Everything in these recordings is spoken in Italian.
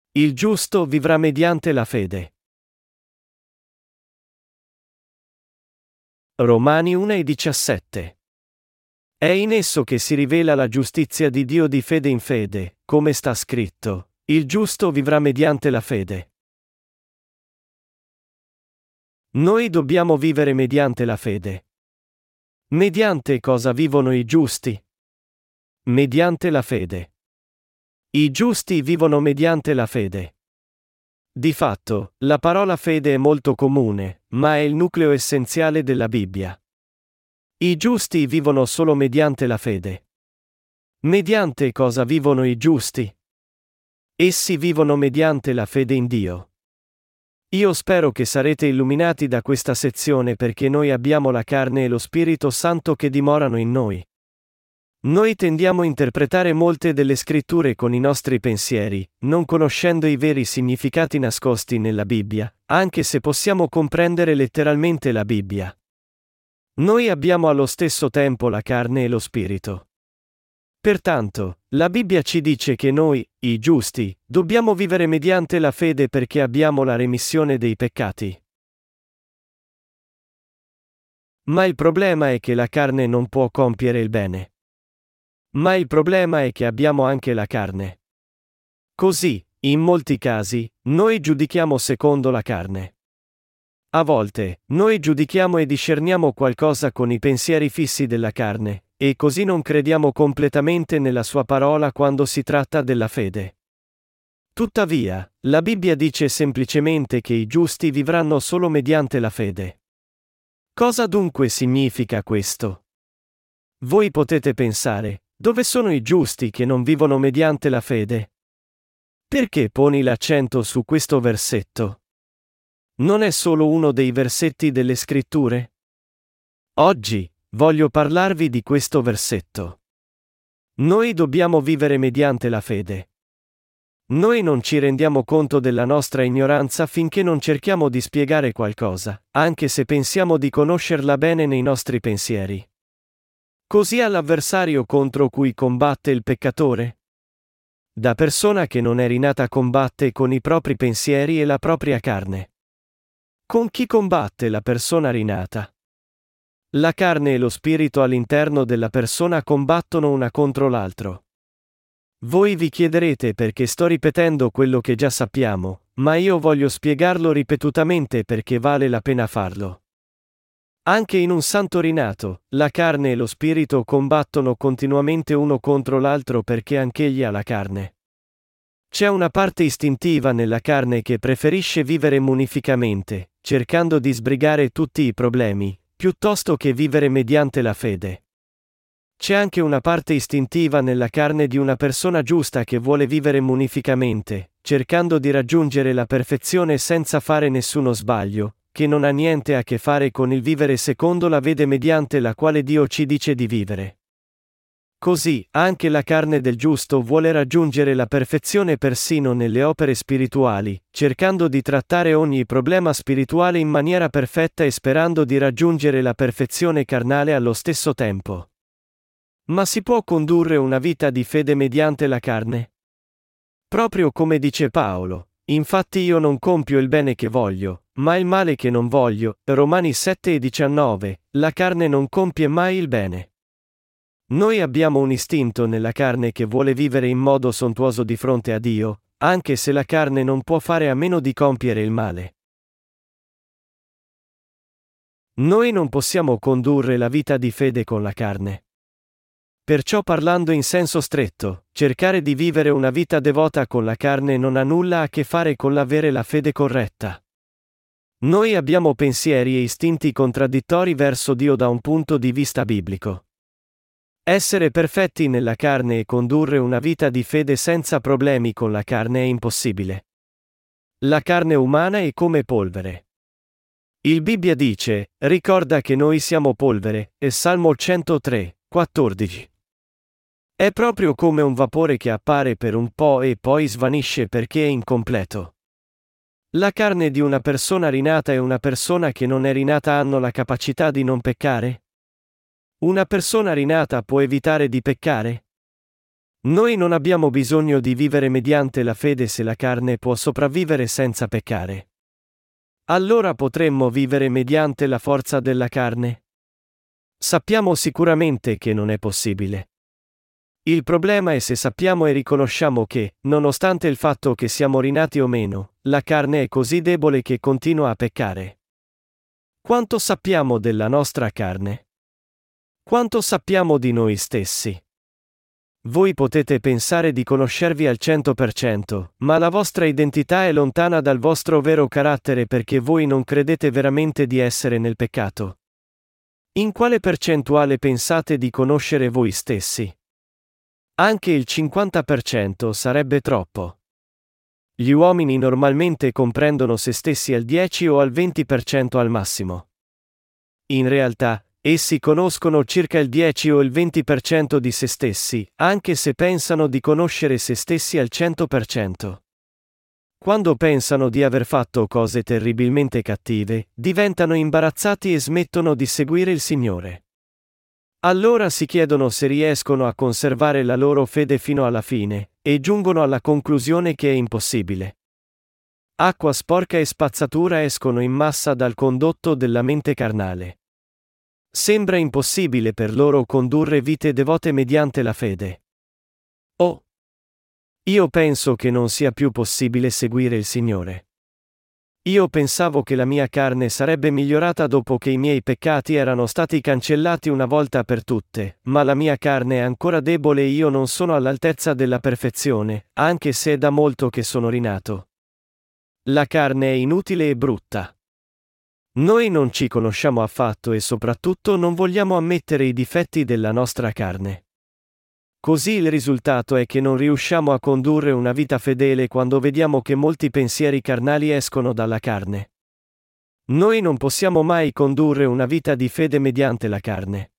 Il giusto vivrà mediante la fede. Romani 1:17. È in esso che si rivela la giustizia di Dio di fede in fede, come sta scritto: il giusto vivrà mediante la fede. Noi dobbiamo vivere mediante la fede. Mediante cosa vivono i giusti? Mediante la fede. I giusti vivono mediante la fede. Di fatto, la parola fede è molto comune, ma è il nucleo essenziale della Bibbia. I giusti vivono solo mediante la fede. Mediante cosa vivono i giusti? Essi vivono mediante la fede in Dio. Io spero che sarete illuminati da questa sezione perché noi abbiamo la carne e lo Spirito Santo che dimorano in noi. Noi tendiamo a interpretare molte delle scritture con i nostri pensieri, non conoscendo i veri significati nascosti nella Bibbia, anche se possiamo comprendere letteralmente la Bibbia. Noi abbiamo allo stesso tempo la carne e lo spirito. Pertanto, la Bibbia ci dice che noi, i giusti, dobbiamo vivere mediante la fede perché abbiamo la remissione dei peccati. Ma il problema è che la carne non può compiere il bene. Ma il problema è che abbiamo anche la carne. Così, in molti casi, noi giudichiamo secondo la carne. A volte, noi giudichiamo e discerniamo qualcosa con i pensieri fissi della carne, e così non crediamo completamente nella sua parola quando si tratta della fede. Tuttavia, la Bibbia dice semplicemente che i giusti vivranno solo mediante la fede. Cosa dunque significa questo? Voi potete pensare, dove sono i giusti che non vivono mediante la fede? Perché poni l'accento su questo versetto? Non è solo uno dei versetti delle Scritture? Oggi, voglio parlarvi di questo versetto. Noi dobbiamo vivere mediante la fede. Noi non ci rendiamo conto della nostra ignoranza finché non cerchiamo di spiegare qualcosa, anche se pensiamo di conoscerla bene nei nostri pensieri. Così all'avversario contro cui combatte il peccatore? Da persona che non è rinata combatte con i propri pensieri e la propria carne. Con chi combatte la persona rinata? La carne e lo spirito all'interno della persona combattono una contro l'altro. Voi vi chiederete perché sto ripetendo quello che già sappiamo, ma io voglio spiegarlo ripetutamente perché vale la pena farlo. Anche in un santo rinato, la carne e lo spirito combattono continuamente uno contro l'altro perché anch'egli ha la carne. C'è una parte istintiva nella carne che preferisce vivere munificamente, cercando di sbrigare tutti i problemi, piuttosto che vivere mediante la fede. C'è anche una parte istintiva nella carne di una persona giusta che vuole vivere munificamente, cercando di raggiungere la perfezione senza fare nessuno sbaglio, che non ha niente a che fare con il vivere secondo la fede mediante la quale Dio ci dice di vivere. Così, anche la carne del giusto vuole raggiungere la perfezione persino nelle opere spirituali, cercando di trattare ogni problema spirituale in maniera perfetta e sperando di raggiungere la perfezione carnale allo stesso tempo. Ma si può condurre una vita di fede mediante la carne? Proprio come dice Paolo, infatti io non compio il bene che voglio, ma il male che non voglio, Romani 7:19, la carne non compie mai il bene. Noi abbiamo un istinto nella carne che vuole vivere in modo sontuoso di fronte a Dio, anche se la carne non può fare a meno di compiere il male. Noi non possiamo condurre la vita di fede con la carne. Perciò parlando in senso stretto, cercare di vivere una vita devota con la carne non ha nulla a che fare con l'avere la fede corretta. Noi abbiamo pensieri e istinti contraddittori verso Dio da un punto di vista biblico. Essere perfetti nella carne e condurre una vita di fede senza problemi con la carne è impossibile. La carne umana è come polvere. Il Bibbia dice, ricorda che noi siamo polvere, e Salmo 103:14. È proprio come un vapore che appare per un po' e poi svanisce perché è incompleto. La carne di una persona rinata e una persona che non è rinata hanno la capacità di non peccare? Una persona rinata può evitare di peccare? Noi non abbiamo bisogno di vivere mediante la fede se la carne può sopravvivere senza peccare. Allora potremmo vivere mediante la forza della carne? Sappiamo sicuramente che non è possibile. Il problema è se sappiamo e riconosciamo che, nonostante il fatto che siamo rinati o meno, la carne è così debole che continua a peccare. Quanto sappiamo della nostra carne? Quanto sappiamo di noi stessi? Voi potete pensare di conoscervi al 100%, ma la vostra identità è lontana dal vostro vero carattere perché voi non credete veramente di essere nel peccato. In quale percentuale pensate di conoscere voi stessi? Anche il 50% sarebbe troppo. Gli uomini normalmente comprendono se stessi al 10 o al 20% al massimo. In realtà, essi conoscono circa il 10 o il 20% di se stessi, anche se pensano di conoscere se stessi al 100%. Quando pensano di aver fatto cose terribilmente cattive, diventano imbarazzati e smettono di seguire il Signore. Allora si chiedono se riescono a conservare la loro fede fino alla fine, e giungono alla conclusione che è impossibile. Acqua sporca e spazzatura escono in massa dal condotto della mente carnale. Sembra impossibile per loro condurre vite devote mediante la fede. Oh! Io penso che non sia più possibile seguire il Signore. Io pensavo che la mia carne sarebbe migliorata dopo che i miei peccati erano stati cancellati una volta per tutte, ma la mia carne è ancora debole e io non sono all'altezza della perfezione, anche se è da molto che sono rinato. La carne è inutile e brutta. Noi non ci conosciamo affatto e soprattutto non vogliamo ammettere i difetti della nostra carne. Così il risultato è che non riusciamo a condurre una vita fedele quando vediamo che molti pensieri carnali escono dalla carne. Noi non possiamo mai condurre una vita di fede mediante la carne.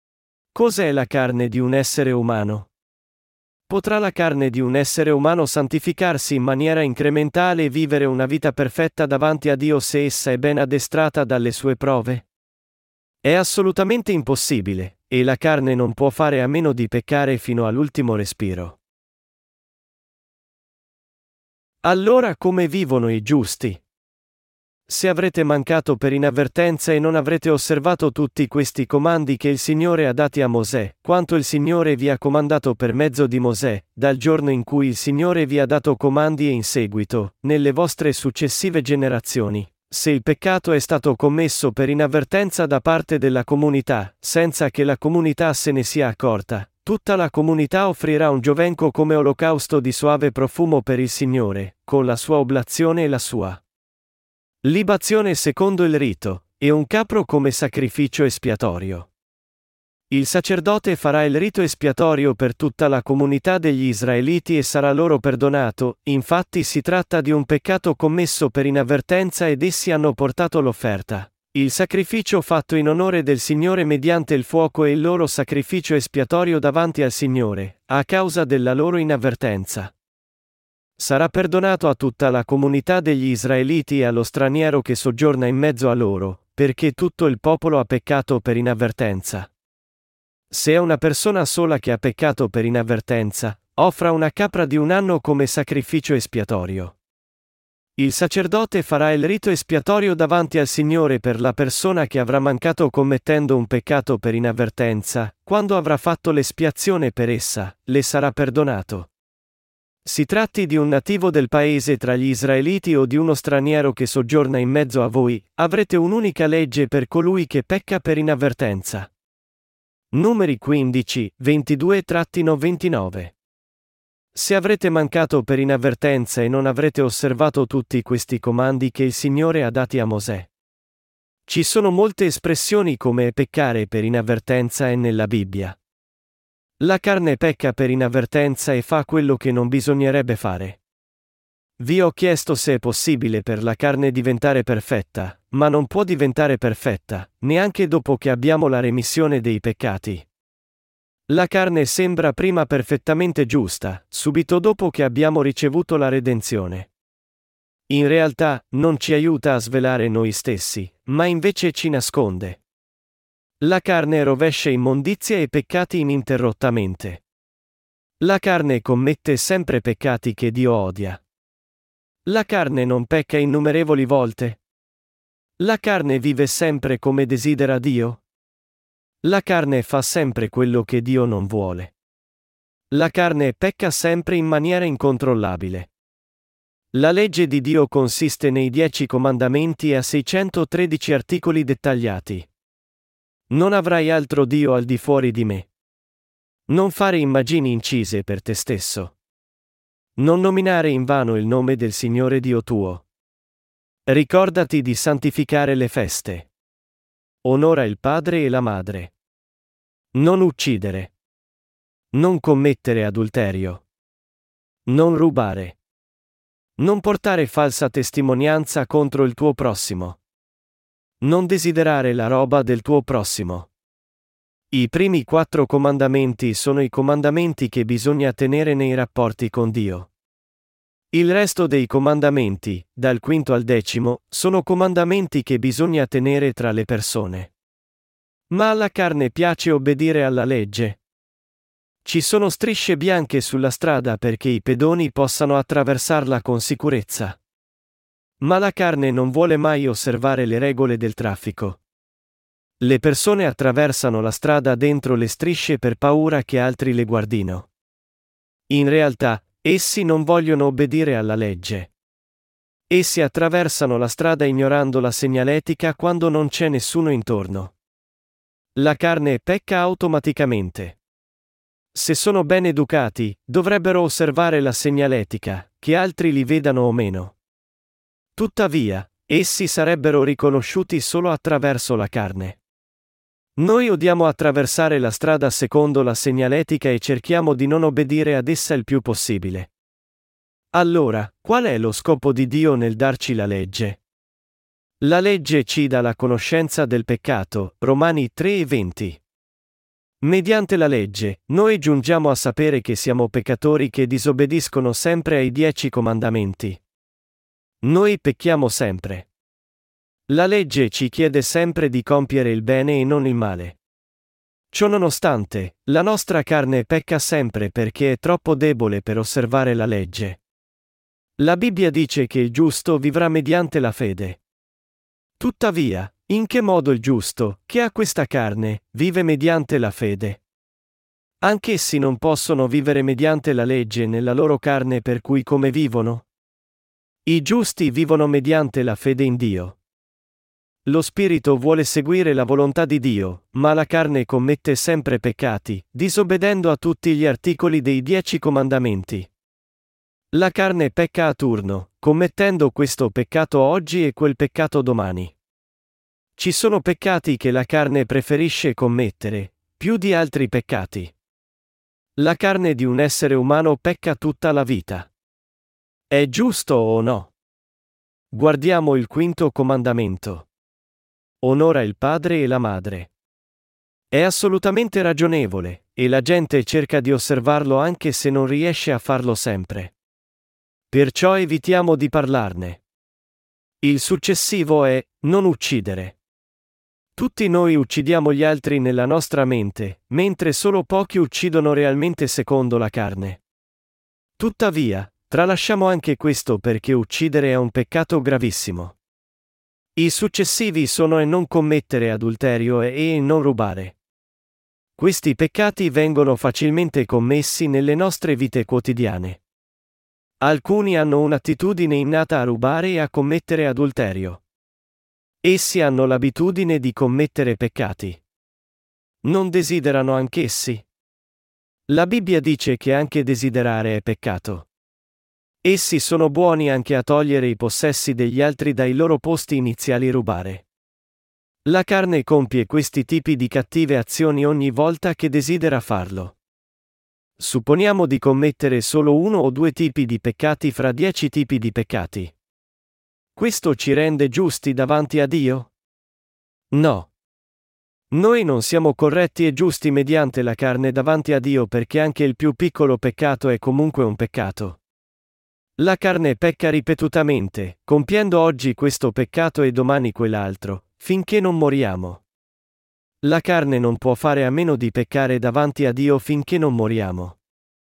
Cos'è la carne di un essere umano? Potrà la carne di un essere umano santificarsi in maniera incrementale e vivere una vita perfetta davanti a Dio se essa è ben addestrata dalle sue prove? È assolutamente impossibile, e la carne non può fare a meno di peccare fino all'ultimo respiro. Allora come vivono i giusti? Se avrete mancato per inavvertenza e non avrete osservato tutti questi comandi che il Signore ha dati a Mosè, quanto il Signore vi ha comandato per mezzo di Mosè, dal giorno in cui il Signore vi ha dato comandi e in seguito, nelle vostre successive generazioni, se il peccato è stato commesso per inavvertenza da parte della comunità, senza che la comunità se ne sia accorta, tutta la comunità offrirà un giovenco come olocausto di suave profumo per il Signore, con la sua oblazione e la sua libazione secondo il rito, e un capro come sacrificio espiatorio. Il sacerdote farà il rito espiatorio per tutta la comunità degli Israeliti e sarà loro perdonato, infatti si tratta di un peccato commesso per inavvertenza ed essi hanno portato l'offerta, il sacrificio fatto in onore del Signore mediante il fuoco e il loro sacrificio espiatorio davanti al Signore, a causa della loro inavvertenza. Sarà perdonato a tutta la comunità degli Israeliti e allo straniero che soggiorna in mezzo a loro, perché tutto il popolo ha peccato per inavvertenza. Se è una persona sola che ha peccato per inavvertenza, offra una capra di un anno come sacrificio espiatorio. Il sacerdote farà il rito espiatorio davanti al Signore per la persona che avrà mancato commettendo un peccato per inavvertenza, quando avrà fatto l'espiazione per essa, le sarà perdonato. Si tratti di un nativo del paese tra gli Israeliti o di uno straniero che soggiorna in mezzo a voi, avrete un'unica legge per colui che pecca per inavvertenza. Numeri 15, 22-29. Se avrete mancato per inavvertenza e non avrete osservato tutti questi comandi che il Signore ha dati a Mosè. Ci sono molte espressioni come peccare per inavvertenza nella Bibbia. La carne pecca per inavvertenza e fa quello che non bisognerebbe fare. Vi ho chiesto se è possibile per la carne diventare perfetta, ma non può diventare perfetta, neanche dopo che abbiamo la remissione dei peccati. La carne sembra prima perfettamente giusta, subito dopo che abbiamo ricevuto la redenzione. In realtà, non ci aiuta a svelare noi stessi, ma invece ci nasconde. La carne rovescia immondizia e peccati ininterrottamente. La carne commette sempre peccati che Dio odia. La carne non pecca innumerevoli volte? La carne vive sempre come desidera Dio? La carne fa sempre quello che Dio non vuole. La carne pecca sempre in maniera incontrollabile. La legge di Dio consiste nei 10 comandamenti e a 613 articoli dettagliati. Non avrai altro Dio al di fuori di me. Non fare immagini incise per te stesso. Non nominare in vano il nome del Signore Dio tuo. Ricordati di santificare le feste. Onora il padre e la madre. Non uccidere. Non commettere adulterio. Non rubare. Non portare falsa testimonianza contro il tuo prossimo. Non desiderare la roba del tuo prossimo. I primi 4 comandamenti sono i comandamenti che bisogna tenere nei rapporti con Dio. Il resto dei comandamenti, dal 5° al 10°, sono comandamenti che bisogna tenere tra le persone. Ma alla carne piace obbedire alla legge. Ci sono strisce bianche sulla strada perché i pedoni possano attraversarla con sicurezza. Ma la carne non vuole mai osservare le regole del traffico. Le persone attraversano la strada dentro le strisce per paura che altri le guardino. In realtà, essi non vogliono obbedire alla legge. Essi attraversano la strada ignorando la segnaletica quando non c'è nessuno intorno. La carne pecca automaticamente. Se sono ben educati, dovrebbero osservare la segnaletica, che altri li vedano o meno. Tuttavia, essi sarebbero riconosciuti solo attraverso la carne. Noi odiamo attraversare la strada secondo la segnaletica e cerchiamo di non obbedire ad essa il più possibile. Allora, qual è lo scopo di Dio nel darci la legge? La legge ci dà la conoscenza del peccato, Romani 3:20. Mediante la legge, noi giungiamo a sapere che siamo peccatori che disobbediscono sempre ai 10 comandamenti. Noi pecchiamo sempre. La legge ci chiede sempre di compiere il bene e non il male. Ciononostante, la nostra carne pecca sempre perché è troppo debole per osservare la legge. La Bibbia dice che il giusto vivrà mediante la fede. Tuttavia, in che modo il giusto, che ha questa carne, vive mediante la fede? Anch'essi non possono vivere mediante la legge nella loro carne per cui come vivono? I giusti vivono mediante la fede in Dio. Lo spirito vuole seguire la volontà di Dio, ma la carne commette sempre peccati, disobbedendo a tutti gli articoli dei 10 comandamenti. La carne pecca a turno, commettendo questo peccato oggi e quel peccato domani. Ci sono peccati che la carne preferisce commettere, più di altri peccati. La carne di un essere umano pecca tutta la vita. È giusto o no? Guardiamo il 5° comandamento. Onora il padre e la madre. È assolutamente ragionevole, e la gente cerca di osservarlo anche se non riesce a farlo sempre. Perciò evitiamo di parlarne. Il successivo è, non uccidere. Tutti noi uccidiamo gli altri nella nostra mente, mentre solo pochi uccidono realmente secondo la carne. Tuttavia, tralasciamo anche questo perché uccidere è un peccato gravissimo. I successivi sono e non commettere adulterio e non rubare. Questi peccati vengono facilmente commessi nelle nostre vite quotidiane. Alcuni hanno un'attitudine innata a rubare e a commettere adulterio. Essi hanno l'abitudine di commettere peccati. Non desiderano anch'essi? La Bibbia dice che anche desiderare è peccato. Essi sono buoni anche a togliere i possessi degli altri dai loro posti iniziali rubare. La carne compie questi tipi di cattive azioni ogni volta che desidera farlo. Supponiamo di commettere solo 1 o 2 tipi di peccati fra 10 tipi di peccati. Questo ci rende giusti davanti a Dio? No. Noi non siamo corretti e giusti mediante la carne davanti a Dio perché anche il più piccolo peccato è comunque un peccato. La carne pecca ripetutamente, compiendo oggi questo peccato e domani quell'altro, finché non moriamo. La carne non può fare a meno di peccare davanti a Dio finché non moriamo.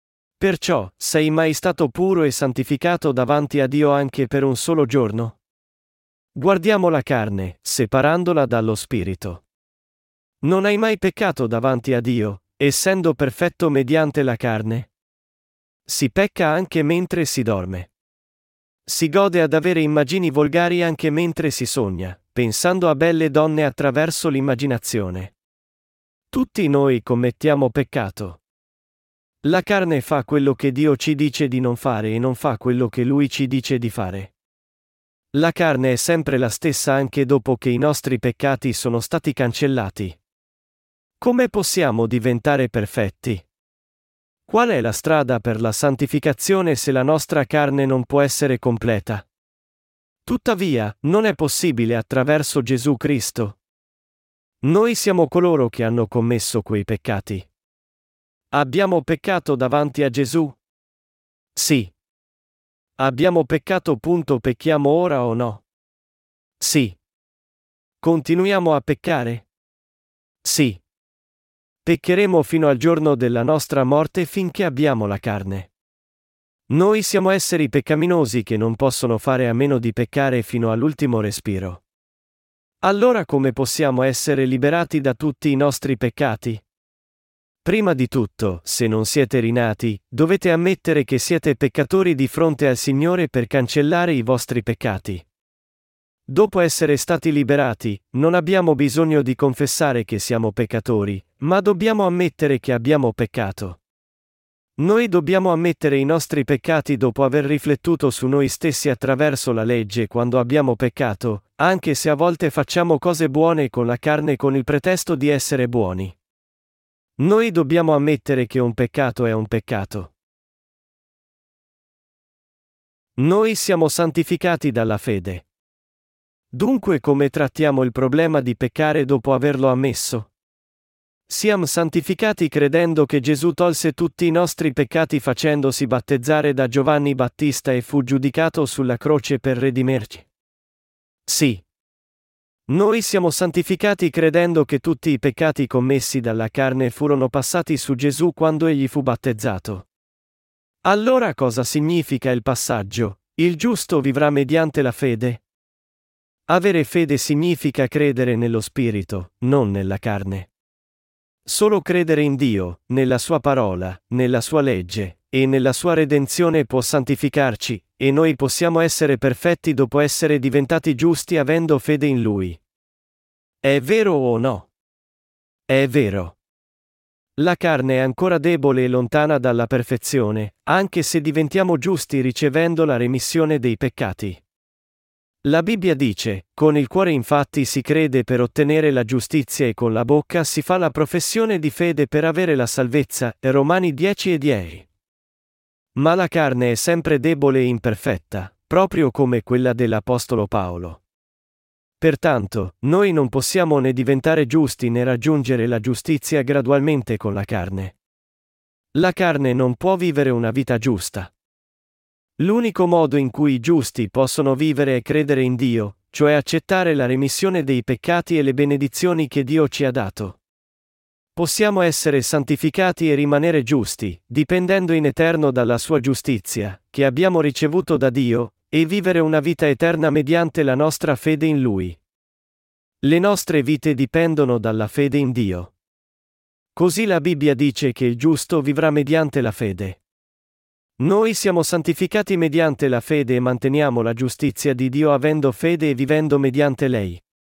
Perciò, sei mai stato puro e santificato davanti a Dio anche per un solo giorno? Guardiamo la carne, separandola dallo spirito. Non hai mai peccato davanti a Dio, essendo perfetto mediante la carne? Si pecca anche mentre si dorme. Si gode ad avere immagini volgari anche mentre si sogna, pensando a belle donne attraverso l'immaginazione. Tutti noi commettiamo peccato. La carne fa quello che Dio ci dice di non fare e non fa quello che Lui ci dice di fare. La carne è sempre la stessa anche dopo che i nostri peccati sono stati cancellati. Come possiamo diventare perfetti? Qual è la strada per la santificazione se la nostra carne non può essere completa? Tuttavia, non è possibile attraverso Gesù Cristo. Noi siamo coloro che hanno commesso quei peccati. Abbiamo peccato davanti a Gesù? Sì. Abbiamo peccato. Pecchiamo ora o no? Sì. Continuiamo a peccare? Sì. Peccheremo fino al giorno della nostra morte finché abbiamo la carne. Noi siamo esseri peccaminosi che non possono fare a meno di peccare fino all'ultimo respiro. Allora come possiamo essere liberati da tutti i nostri peccati? Prima di tutto, se non siete rinati, dovete ammettere che siete peccatori di fronte al Signore per cancellare i vostri peccati. Dopo essere stati liberati, non abbiamo bisogno di confessare che siamo peccatori, ma dobbiamo ammettere che abbiamo peccato. Noi dobbiamo ammettere i nostri peccati dopo aver riflettuto su noi stessi attraverso la legge quando abbiamo peccato, anche se a volte facciamo cose buone con la carne con il pretesto di essere buoni. Noi dobbiamo ammettere che un peccato è un peccato. Noi siamo santificati dalla fede. Dunque come trattiamo il problema di peccare dopo averlo ammesso? Siamo santificati credendo che Gesù tolse tutti i nostri peccati facendosi battezzare da Giovanni Battista e fu giudicato sulla croce per redimerci. Sì. Noi siamo santificati credendo che tutti i peccati commessi dalla carne furono passati su Gesù quando egli fu battezzato. Allora cosa significa il passaggio? Il giusto vivrà mediante la fede? Avere fede significa credere nello Spirito, non nella carne. Solo credere in Dio, nella Sua parola, nella Sua legge, e nella Sua redenzione può santificarci, e noi possiamo essere perfetti dopo essere diventati giusti avendo fede in Lui. È vero o no? È vero. La carne è ancora debole e lontana dalla perfezione, anche se diventiamo giusti ricevendo la remissione dei peccati. La Bibbia dice, con il cuore infatti si crede per ottenere la giustizia e con la bocca si fa la professione di fede per avere la salvezza, Romani 10:10. Ma la carne è sempre debole e imperfetta, proprio come quella dell'Apostolo Paolo. Pertanto, noi non possiamo né diventare giusti né raggiungere la giustizia gradualmente con la carne. La carne non può vivere una vita giusta. L'unico modo in cui i giusti possono vivere è credere in Dio, cioè accettare la remissione dei peccati e le benedizioni che Dio ci ha dato. Possiamo essere santificati e rimanere giusti, dipendendo in eterno dalla sua giustizia, che abbiamo ricevuto da Dio, e vivere una vita eterna mediante la nostra fede in Lui. Le nostre vite dipendono dalla fede in Dio. Così la Bibbia dice che il giusto vivrà mediante la fede. Noi siamo santificati mediante la fede e manteniamo la giustizia di Dio avendo fede e vivendo mediante lei.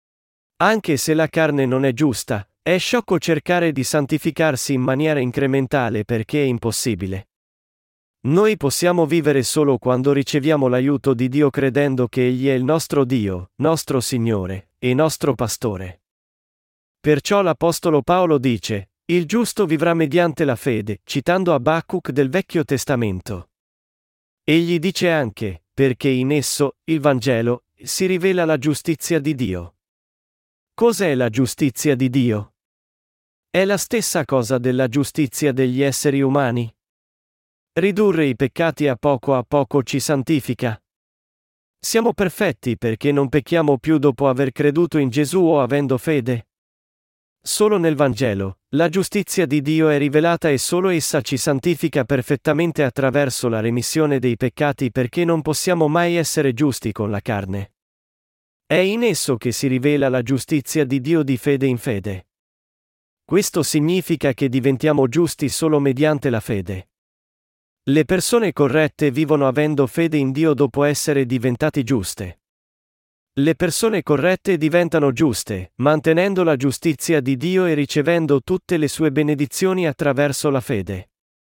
Anche se la carne non è giusta, è sciocco cercare di santificarsi in maniera incrementale perché è impossibile. Noi possiamo vivere solo quando riceviamo l'aiuto di Dio credendo che Egli è il nostro Dio, nostro Signore, e nostro Pastore. Perciò l'Apostolo Paolo dice, il giusto vivrà mediante la fede, citando Abacuc del Vecchio Testamento. Egli dice anche, perché in esso, il Vangelo, si rivela la giustizia di Dio. Cos'è la giustizia di Dio? È la stessa cosa della giustizia degli esseri umani? Ridurre i peccati a poco ci santifica. Siamo perfetti perché non pecchiamo più dopo aver creduto in Gesù o avendo fede? Solo nel Vangelo, la giustizia di Dio è rivelata e solo essa ci santifica perfettamente attraverso la remissione dei peccati perché non possiamo mai essere giusti con la carne. È in esso che si rivela la giustizia di Dio di fede in fede. Questo significa che diventiamo giusti solo mediante la fede. Le persone corrette vivono avendo fede in Dio dopo essere diventati giuste. Le persone corrette diventano giuste, mantenendo la giustizia di Dio e ricevendo tutte le sue benedizioni attraverso la fede.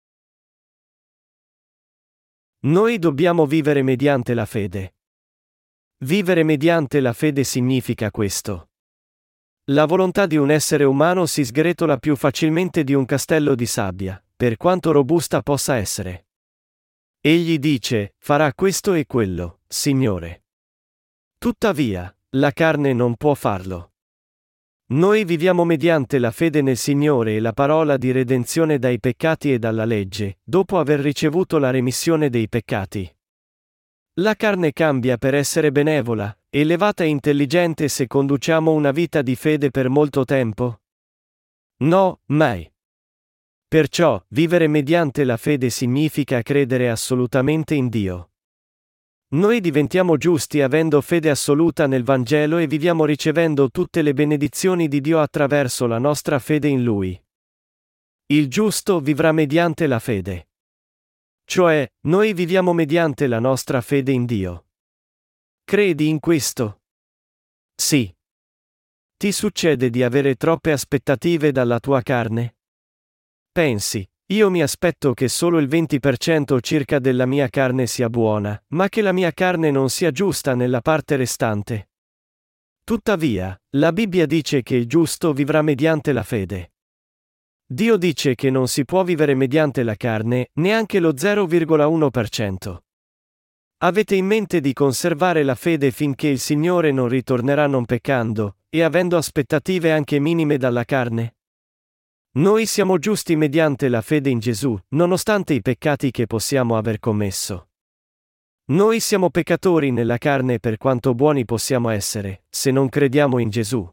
Noi dobbiamo vivere mediante la fede. Vivere mediante la fede significa questo. La volontà di un essere umano si sgretola più facilmente di un castello di sabbia, per quanto robusta possa essere. Egli dice, farà questo e quello, Signore. Tuttavia, la carne non può farlo. Noi viviamo mediante la fede nel Signore e la parola di redenzione dai peccati e dalla legge, dopo aver ricevuto la remissione dei peccati. La carne cambia per essere benevola, elevata e intelligente se conduciamo una vita di fede per molto tempo? No, mai. Perciò, vivere mediante la fede significa credere assolutamente in Dio. Noi diventiamo giusti avendo fede assoluta nel Vangelo e viviamo ricevendo tutte le benedizioni di Dio attraverso la nostra fede in Lui. Il giusto vivrà mediante la fede. Cioè, noi viviamo mediante la nostra fede in Dio. Credi in questo? Sì. Ti succede di avere troppe aspettative dalla tua carne? Pensi, io mi aspetto che solo il 20% circa della mia carne sia buona, ma che la mia carne non sia giusta nella parte restante. Tuttavia, la Bibbia dice che il giusto vivrà mediante la fede. Dio dice che non si può vivere mediante la carne, neanche lo 0,1%. Avete in mente di conservare la fede finché il Signore non ritornerà non peccando, e avendo aspettative anche minime dalla carne? Noi siamo giusti mediante la fede in Gesù, nonostante i peccati che possiamo aver commesso. Noi siamo peccatori nella carne per quanto buoni possiamo essere, se non crediamo in Gesù.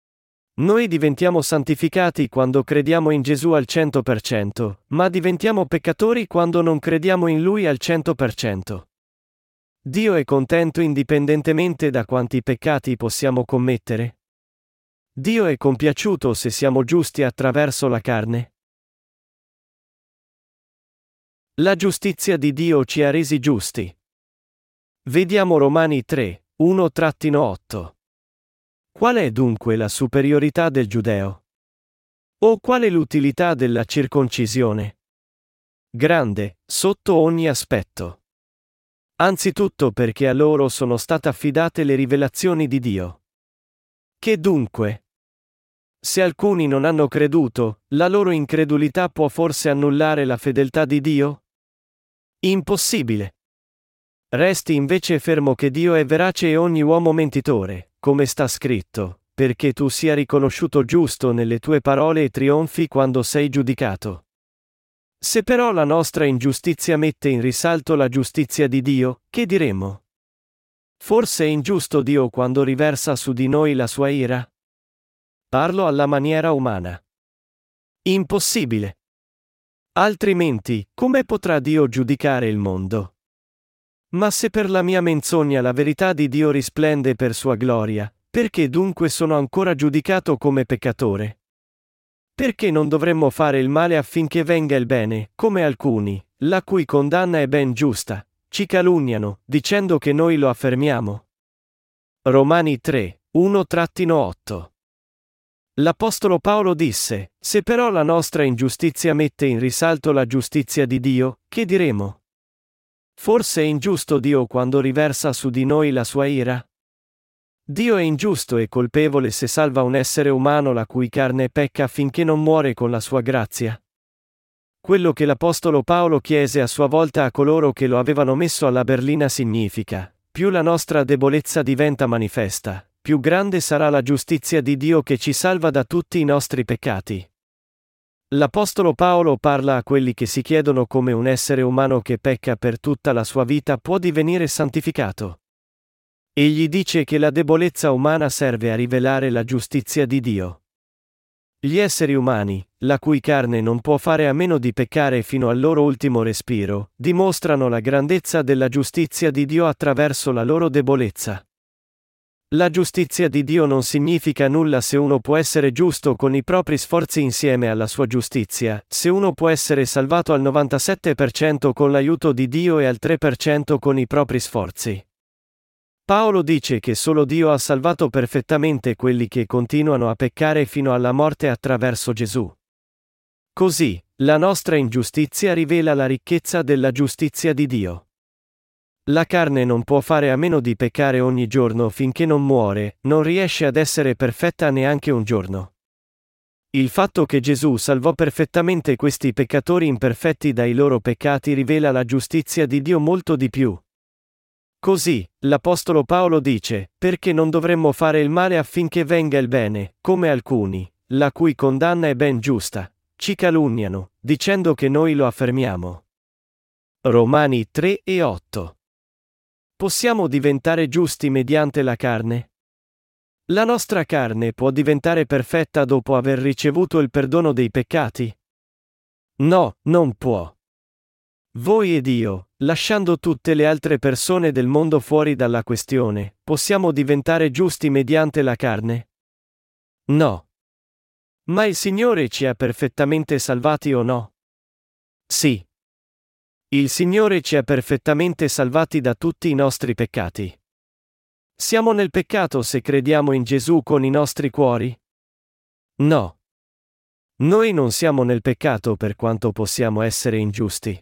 Noi diventiamo santificati quando crediamo in Gesù al 100%, ma diventiamo peccatori quando non crediamo in Lui al 100%. Dio è contento indipendentemente da quanti peccati possiamo commettere? Dio è compiaciuto se siamo giusti attraverso la carne? La giustizia di Dio ci ha resi giusti. Vediamo Romani 3, 1-8. Qual è dunque la superiorità del giudeo? O qual è l'utilità della circoncisione? Grande, sotto ogni aspetto. Anzitutto perché a loro sono state affidate le rivelazioni di Dio. Che dunque? Se alcuni non hanno creduto, la loro incredulità può forse annullare la fedeltà di Dio? Impossibile. Resti invece fermo che Dio è verace e ogni uomo mentitore, come sta scritto, perché tu sia riconosciuto giusto nelle tue parole e trionfi quando sei giudicato. Se però la nostra ingiustizia mette in risalto la giustizia di Dio, che diremo? Forse è ingiusto Dio quando riversa su di noi la sua ira? Parlo alla maniera umana. Impossibile. Altrimenti, come potrà Dio giudicare il mondo? Ma se per la mia menzogna la verità di Dio risplende per sua gloria, perché dunque sono ancora giudicato come peccatore? Perché non dovremmo fare il male affinché venga il bene, come alcuni, la cui condanna è ben giusta, ci calunniano, dicendo che noi lo affermiamo? Romani 3, 1-8. L'Apostolo Paolo disse, se però la nostra ingiustizia mette in risalto la giustizia di Dio, che diremo? Forse è ingiusto Dio quando riversa su di noi la sua ira? Dio è ingiusto e colpevole se salva un essere umano la cui carne pecca finché non muore con la sua grazia? Quello che l'Apostolo Paolo chiese a sua volta a coloro che lo avevano messo alla berlina significa, più la nostra debolezza diventa manifesta, più grande sarà la giustizia di Dio che ci salva da tutti i nostri peccati. L'Apostolo Paolo parla a quelli che si chiedono come un essere umano che pecca per tutta la sua vita può divenire santificato. Egli dice che la debolezza umana serve a rivelare la giustizia di Dio. Gli esseri umani, la cui carne non può fare a meno di peccare fino al loro ultimo respiro, dimostrano la grandezza della giustizia di Dio attraverso la loro debolezza. La giustizia di Dio non significa nulla se uno può essere giusto con i propri sforzi insieme alla sua giustizia, se uno può essere salvato al 97% con l'aiuto di Dio e al 3% con i propri sforzi. Paolo dice che solo Dio ha salvato perfettamente quelli che continuano a peccare fino alla morte attraverso Gesù. Così, la nostra ingiustizia rivela la ricchezza della giustizia di Dio. La carne non può fare a meno di peccare ogni giorno finché non muore, non riesce ad essere perfetta neanche un giorno. Il fatto che Gesù salvò perfettamente questi peccatori imperfetti dai loro peccati rivela la giustizia di Dio molto di più. Così, l'Apostolo Paolo dice, perché non dovremmo fare il male affinché venga il bene, come alcuni, la cui condanna è ben giusta, ci calunniano, dicendo che noi lo affermiamo. Romani 3 e 8. Possiamo diventare giusti mediante la carne? La nostra carne può diventare perfetta dopo aver ricevuto il perdono dei peccati? No, non può. Voi ed io, lasciando tutte le altre persone del mondo fuori dalla questione, possiamo diventare giusti mediante la carne? No. Ma il Signore ci ha perfettamente salvati o no? Sì. Il Signore ci ha perfettamente salvati da tutti i nostri peccati. Siamo nel peccato se crediamo in Gesù con i nostri cuori? No. Noi non siamo nel peccato per quanto possiamo essere ingiusti.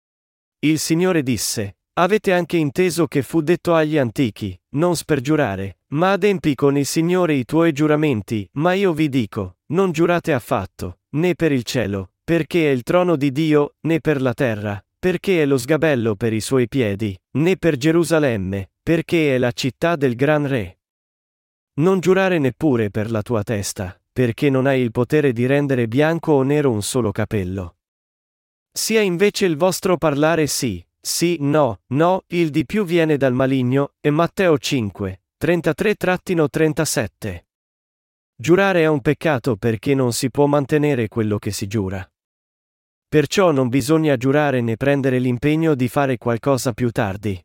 Il Signore disse, avete anche inteso che fu detto agli antichi, non spergiurare, ma adempi con il Signore i tuoi giuramenti, ma io vi dico, non giurate affatto, né per il cielo, perché è il trono di Dio, né per la terra, perché è lo sgabello per i suoi piedi, né per Gerusalemme, perché è la città del gran re. Non giurare neppure per la tua testa, perché non hai il potere di rendere bianco o nero un solo capello. Sia invece il vostro parlare sì, sì, no, no, il di più viene dal maligno, e Matteo 5, 33-37. Giurare è un peccato perché non si può mantenere quello che si giura. Perciò non bisogna giurare né prendere l'impegno di fare qualcosa più tardi.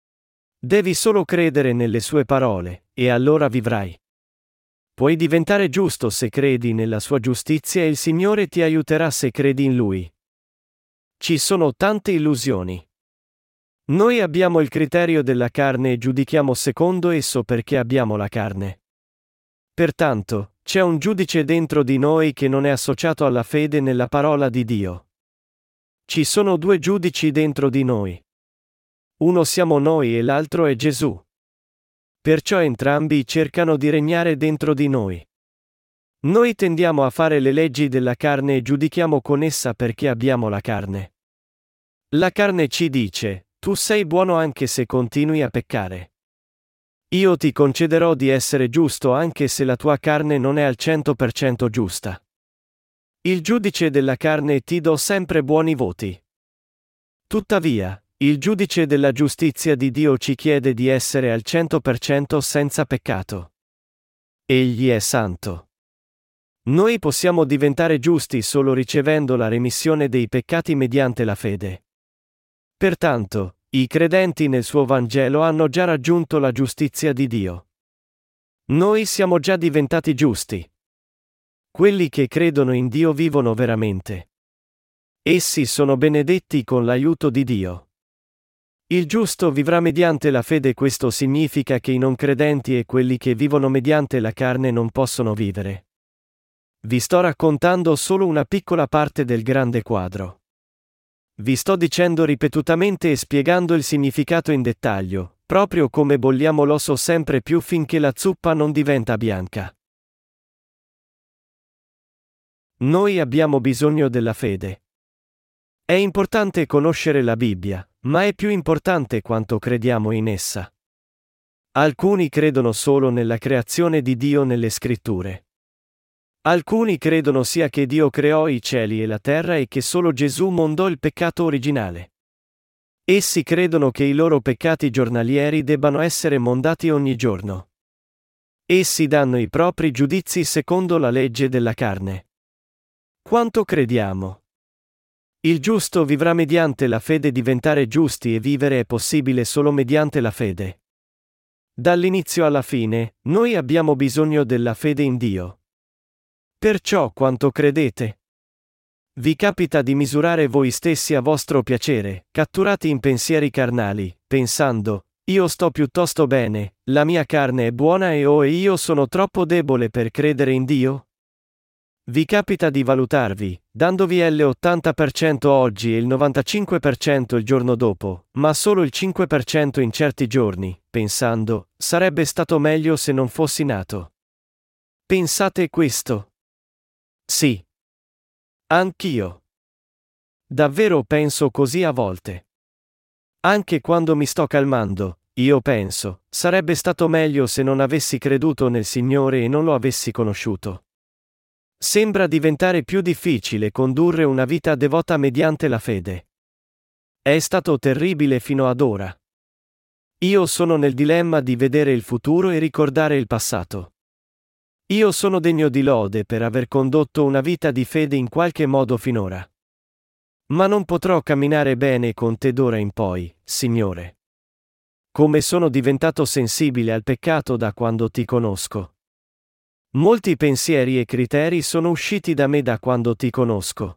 Devi solo credere nelle sue parole, e allora vivrai. Puoi diventare giusto se credi nella sua giustizia e il Signore ti aiuterà se credi in Lui. Ci sono tante illusioni. Noi abbiamo il criterio della carne e giudichiamo secondo esso perché abbiamo la carne. Pertanto, c'è un giudice dentro di noi che non è associato alla fede nella parola di Dio. Ci sono due giudici dentro di noi. Uno siamo noi e l'altro è Gesù. Perciò entrambi cercano di regnare dentro di noi. Noi tendiamo a fare le leggi della carne e giudichiamo con essa perché abbiamo la carne. La carne ci dice, tu sei buono anche se continui a peccare. Io ti concederò di essere giusto anche se la tua carne non è al 100% giusta. Il giudice della carne ti dà sempre buoni voti. Tuttavia, il giudice della giustizia di Dio ci chiede di essere al 100% senza peccato. Egli è santo. Noi possiamo diventare giusti solo ricevendo la remissione dei peccati mediante la fede. Pertanto, i credenti nel suo Vangelo hanno già raggiunto la giustizia di Dio. Noi siamo già diventati giusti. Quelli che credono in Dio vivono veramente. Essi sono benedetti con l'aiuto di Dio. Il giusto vivrà mediante la fede. Questo significa che i non credenti e quelli che vivono mediante la carne non possono vivere. Vi sto raccontando solo una piccola parte del grande quadro. Vi sto dicendo ripetutamente e spiegando il significato in dettaglio, proprio come bolliamo l'osso sempre più finché la zuppa non diventa bianca. Noi abbiamo bisogno della fede. È importante conoscere la Bibbia, ma è più importante quanto crediamo in essa. Alcuni credono solo nella creazione di Dio nelle Scritture. Alcuni credono sia che Dio creò i cieli e la terra e che solo Gesù mondò il peccato originale. Essi credono che i loro peccati giornalieri debbano essere mondati ogni giorno. Essi danno i propri giudizi secondo la legge della carne. Quanto crediamo? Il giusto vivrà mediante la fede. Diventare giusti e vivere è possibile solo mediante la fede. Dall'inizio alla fine, noi abbiamo bisogno della fede in Dio. Perciò quanto credete? Vi capita di misurare voi stessi a vostro piacere, catturati in pensieri carnali, pensando: io sto piuttosto bene, la mia carne è buona e io sono troppo debole per credere in Dio? Vi capita di valutarvi, dandovi l'80% oggi e il 95% il giorno dopo, ma solo il 5% in certi giorni, pensando: sarebbe stato meglio se non fossi nato. Pensate questo? Sì. Anch'io. Davvero penso così a volte. Anche quando mi sto calmando, io penso: sarebbe stato meglio se non avessi creduto nel Signore e non lo avessi conosciuto. Sembra diventare più difficile condurre una vita devota mediante la fede. È stato terribile fino ad ora. Io sono nel dilemma di vedere il futuro e ricordare il passato. Io sono degno di lode per aver condotto una vita di fede in qualche modo finora. Ma non potrò camminare bene con te d'ora in poi, Signore. Come sono diventato sensibile al peccato da quando ti conosco. Molti pensieri e criteri sono usciti da me da quando ti conosco.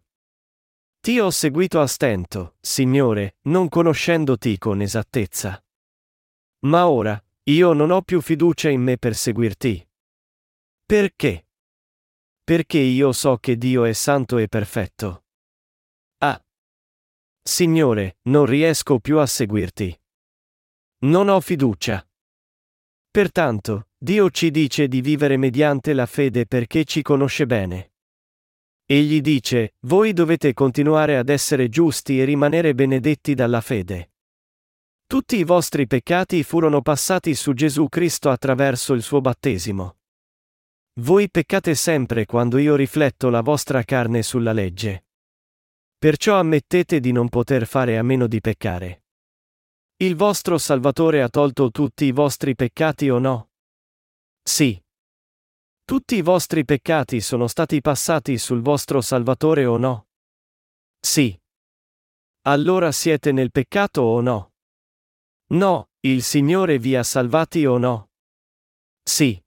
Ti ho seguito a stento, Signore, non conoscendoti con esattezza. Ma ora, io non ho più fiducia in me per seguirti. Perché? Perché io so che Dio è santo e perfetto. Ah! Signore, non riesco più a seguirti. Non ho fiducia. Pertanto, Dio ci dice di vivere mediante la fede perché ci conosce bene. Egli dice: voi dovete continuare ad essere giusti e rimanere benedetti dalla fede. Tutti i vostri peccati furono passati su Gesù Cristo attraverso il suo battesimo. Voi peccate sempre quando io rifletto la vostra carne sulla legge. Perciò ammettete di non poter fare a meno di peccare. Il vostro Salvatore ha tolto tutti i vostri peccati o no? Sì. Tutti i vostri peccati sono stati passati sul vostro Salvatore o no? Sì. Allora siete nel peccato o no? No, il Signore vi ha salvati o no? Sì.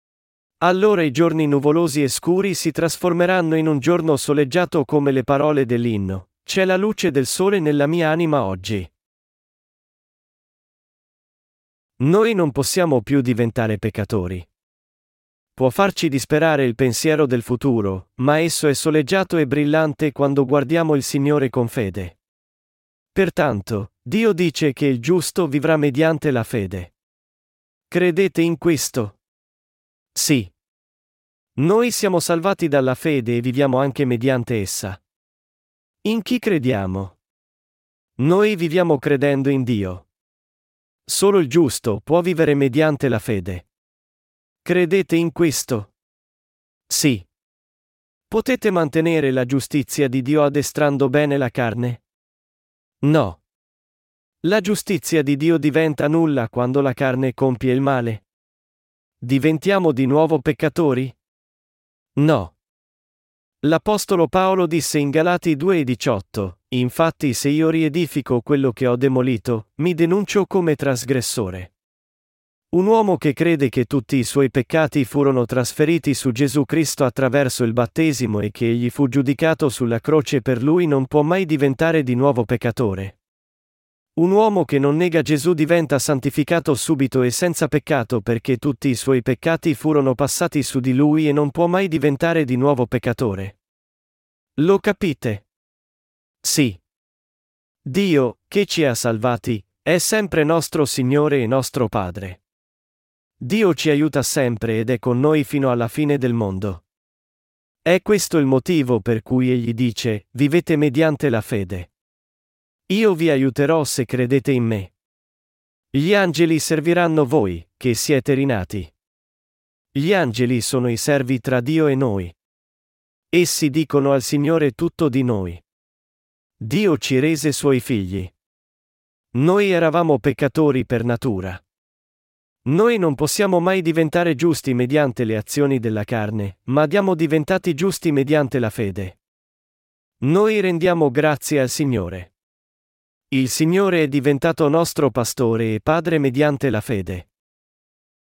Allora i giorni nuvolosi e scuri si trasformeranno in un giorno soleggiato come le parole dell'inno: c'è la luce del sole nella mia anima oggi. Noi non possiamo più diventare peccatori. Può farci disperare il pensiero del futuro, ma esso è soleggiato e brillante quando guardiamo il Signore con fede. Pertanto, Dio dice che il giusto vivrà mediante la fede. Credete in questo? Sì. Noi siamo salvati dalla fede e viviamo anche mediante essa. In chi crediamo? Noi viviamo credendo in Dio. Solo il giusto può vivere mediante la fede. Credete in questo? Sì. Potete mantenere la giustizia di Dio addestrando bene la carne? No. La giustizia di Dio diventa nulla quando la carne compie il male? Diventiamo di nuovo peccatori? No. L'Apostolo Paolo disse in Galati 2,18: infatti se io riedifico quello che ho demolito, mi denuncio come trasgressore. Un uomo che crede che tutti i suoi peccati furono trasferiti su Gesù Cristo attraverso il battesimo e che egli fu giudicato sulla croce per lui non può mai diventare di nuovo peccatore. Un uomo che non nega Gesù diventa santificato subito e senza peccato perché tutti i suoi peccati furono passati su di lui e non può mai diventare di nuovo peccatore. Lo capite? Sì. Dio, che ci ha salvati, è sempre nostro Signore e nostro Padre. Dio ci aiuta sempre ed è con noi fino alla fine del mondo. È questo il motivo per cui egli dice: vivete mediante la fede. Io vi aiuterò se credete in me. Gli angeli serviranno voi, che siete rinati. Gli angeli sono i servi tra Dio e noi. Essi dicono al Signore tutto di noi. Dio ci rese suoi figli. Noi eravamo peccatori per natura. Noi non possiamo mai diventare giusti mediante le azioni della carne, ma siamo diventati giusti mediante la fede. Noi rendiamo grazie al Signore. Il Signore è diventato nostro pastore e padre mediante la fede.